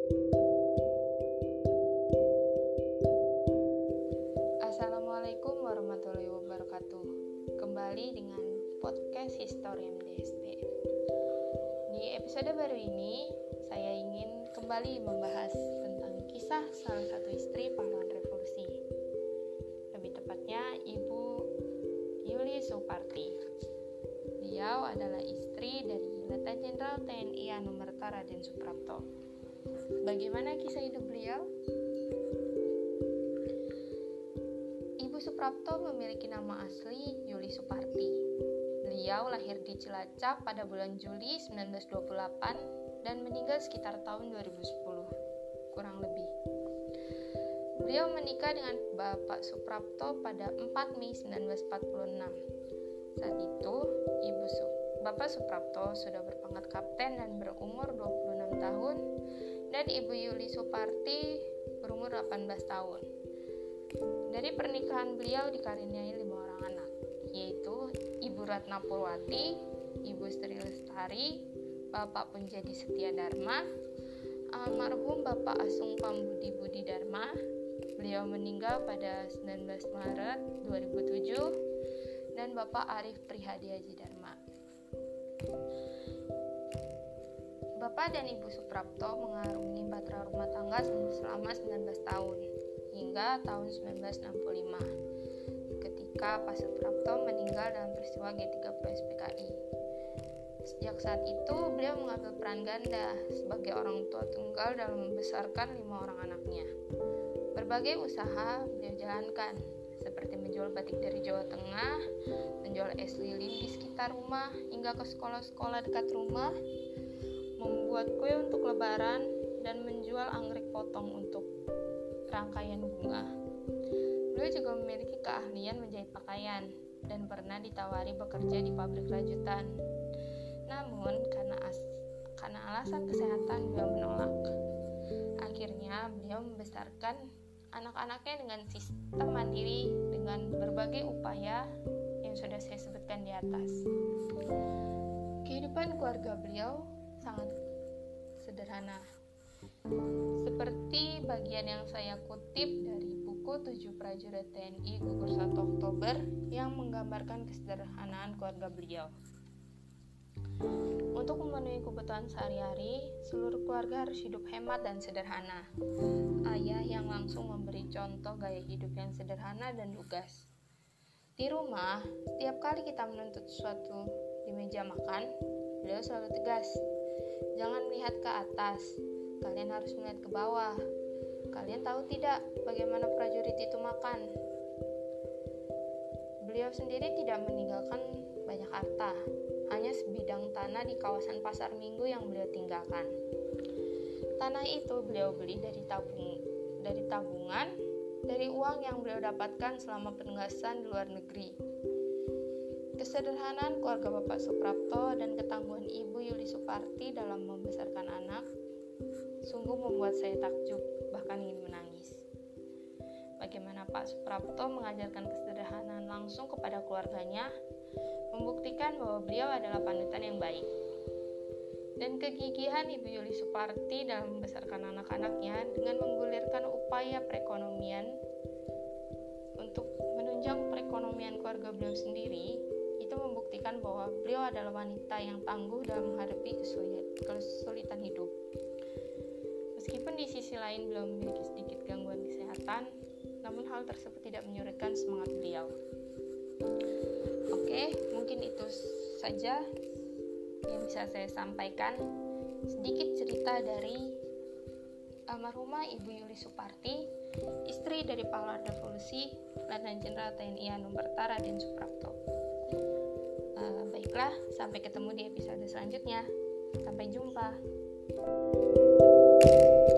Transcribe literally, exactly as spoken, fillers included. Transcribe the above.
Assalamualaikum warahmatullahi wabarakatuh. Kembali dengan podcast History M D S T. Di episode baru ini, saya ingin kembali membahas tentang kisah salah satu istri pahlawan revolusi. Lebih tepatnya, Ibu Yuli Suparti. Beliau adalah istri dari Letnan Jenderal T N I Anumerta Raden Suprapto. Bagaimana kisah hidup beliau? Ibu Suprapto memiliki nama asli Yuli Suparti. Beliau lahir di Cilacap pada bulan Juli seribu sembilan ratus dua puluh delapan dan meninggal sekitar tahun dua ribu sepuluh, kurang lebih. Beliau menikah dengan Bapak Suprapto pada empat Mei seribu sembilan ratus empat puluh enam. Saat itu, Ibu Su- Bapak Suprapto sudah berpangkat kapten dan berumur dua puluh enam tahun, dan Ibu Yuli Suparti berumur delapan belas tahun. Dari pernikahan beliau dikaruniai lima orang anak, yaitu Ibu Ratna Purwati, Ibu Sri Lestari, Bapak Punjadi Setia Dharma, almarhum Bapak Asung Pambudi Budi Dharma. Beliau meninggal pada sembilan belas Maret dua ribu tujuh, dan Bapak Arif Prihadi Haji Dharma. Bapak dan Ibu Suprapto mengarungi bahtera rumah tangga selama sembilan belas tahun, hingga tahun seribu sembilan ratus enam puluh lima, ketika Pak Suprapto meninggal dalam peristiwa G tiga puluh S P K I. Sejak saat itu, beliau mengambil peran ganda sebagai orang tua tunggal dalam membesarkan lima orang anaknya. Berbagai usaha beliau jalankan, seperti menjual batik dari Jawa Tengah, menjual es lilin di sekitar rumah, hingga ke sekolah-sekolah dekat rumah, membuat kue untuk lebaran, dan menjual anggrek potong untuk rangkaian bunga. Beliau juga memiliki keahlian menjahit pakaian dan pernah ditawari bekerja di pabrik rajutan. Namun karena as- karena alasan kesehatan beliau menolak. Akhirnya beliau membesarkan anak-anaknya dengan sistem mandiri dengan berbagai upaya yang sudah saya sebutkan di atas. Kehidupan keluarga beliau sangat sederhana. Seperti bagian yang saya kutip dari buku tujuh Prajurit T N I Gugur satu Oktober yang menggambarkan kesederhanaan keluarga beliau. Untuk memenuhi kebutuhan sehari-hari, seluruh keluarga harus hidup hemat dan sederhana. Ayah yang langsung memberi contoh gaya hidup yang sederhana dan lugas. Di rumah, setiap kali kita menuntut sesuatu di meja makan, beliau selalu tegas. Jangan melihat ke atas, kalian harus melihat ke bawah. Kalian tahu tidak bagaimana prajurit itu makan? Beliau sendiri tidak meninggalkan banyak harta, hanya sebidang tanah di kawasan Pasar Minggu yang beliau tinggalkan. Tanah itu beliau beli dari tabung, dari tabungan, dari uang yang beliau dapatkan selama penugasan di luar negeri. Kesederhanaan keluarga Bapak Suprapto dan ketangguhan Ibu Yuli Suparti dalam membesarkan anak sungguh membuat saya takjub, bahkan ingin menangis. Bagaimana Pak Suprapto mengajarkan kesederhanaan langsung kepada keluarganya, membuktikan bahwa beliau adalah panutan yang baik. Dan kegigihan Ibu Yuli Suparti dalam membesarkan anak-anaknya dengan menggulirkan upaya perekonomian untuk menunjang perekonomian keluarga beliau sendiri, itu membuktikan bahwa beliau adalah wanita yang tangguh dalam menghadapi kesulitan hidup. Meskipun di sisi lain beliau memiliki sedikit gangguan kesehatan, namun hal tersebut tidak menyurutkan semangat beliau. Oke, mungkin itu saja yang bisa saya sampaikan. Sedikit cerita dari almarhumah Ibu Yuli Suparti, istri dari pahlawan revolusi Letnan Jenderal T N I Anumerta Raden Suprapto. Uh, baiklah, sampai ketemu di episode selanjutnya. Sampai jumpa.